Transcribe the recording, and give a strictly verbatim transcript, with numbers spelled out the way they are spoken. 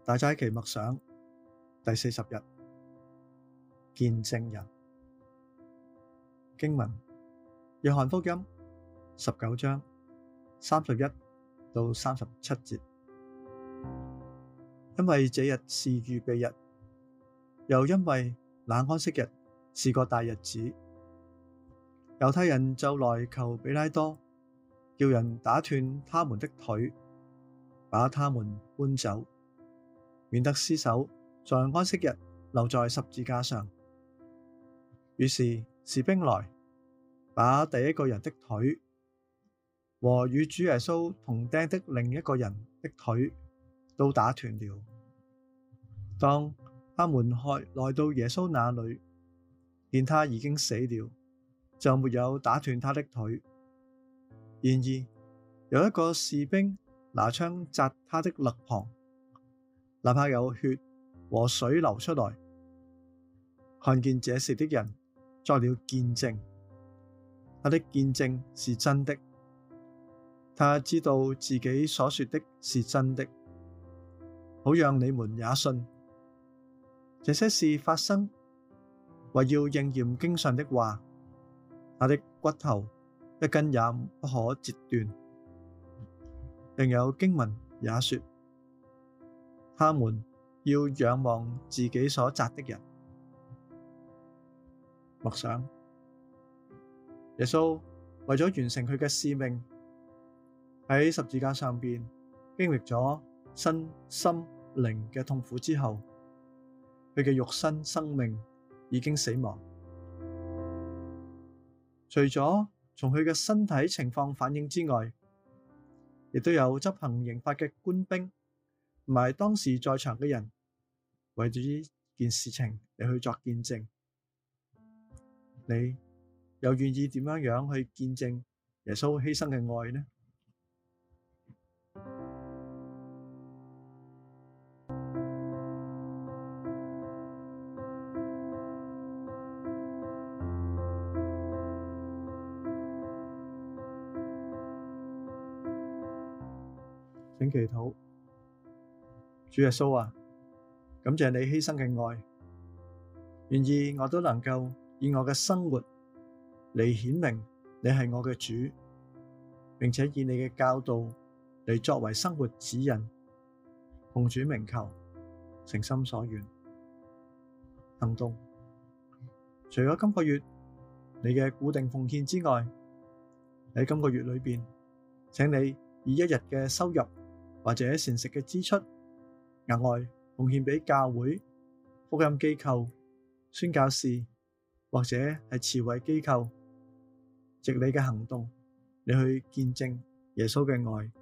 大齋期默想第四十日，見證人。經文：約翰福音十九章三十一到三十七節。因為這日是預備日，又因為那安息日是個大日子，猶太人就來求彼拉多，叫人打斷他們的腿，把他們搬走，免得屍首在安息日留在十字架上。於是士兵來，把第一個人的腿和與主耶穌同釘的另一個人的腿都打斷了。當他們來到耶穌那裡，見他已經死了，就沒有打斷他的腿。然而有一個士兵拿槍扎他的肋旁，立刻有血和水流出來。看見這事的人作了見證，他的見證是真的，他知道自己所說的是真的，好讓你們也信。這些事發生，為要應驗經上的話，他的骨頭一根也不可折斷。另有經文也說，他們要仰望自己所扎的人。默想，耶穌為咗完成佢嘅使命，喺十字架上邊經歷咗身心靈嘅痛苦之後，佢嘅肉身生命已經死亡。除咗從佢嘅身體情況反映之外，亦都有執行刑罰嘅官兵同埋當時在場嘅人為咗呢件事情嚟去作見證。你又願意點樣樣去見證耶穌犧牲嘅愛呢？請祈禱。主耶穌啊，感謝你犧牲嘅愛，願意我都能夠以我嘅生活嚟顯明你係我嘅主，並且以你嘅教導嚟作為生活指引。奉主名求，誠心所願。行動：除咗今個月你嘅固定奉獻之外，喺今個月裏邊，請你以一日嘅收入或者膳食嘅支出，額外奉獻俾教會、福音機構、宣教士或者係慈惠機構，藉你嘅行動，你去見證耶穌嘅愛。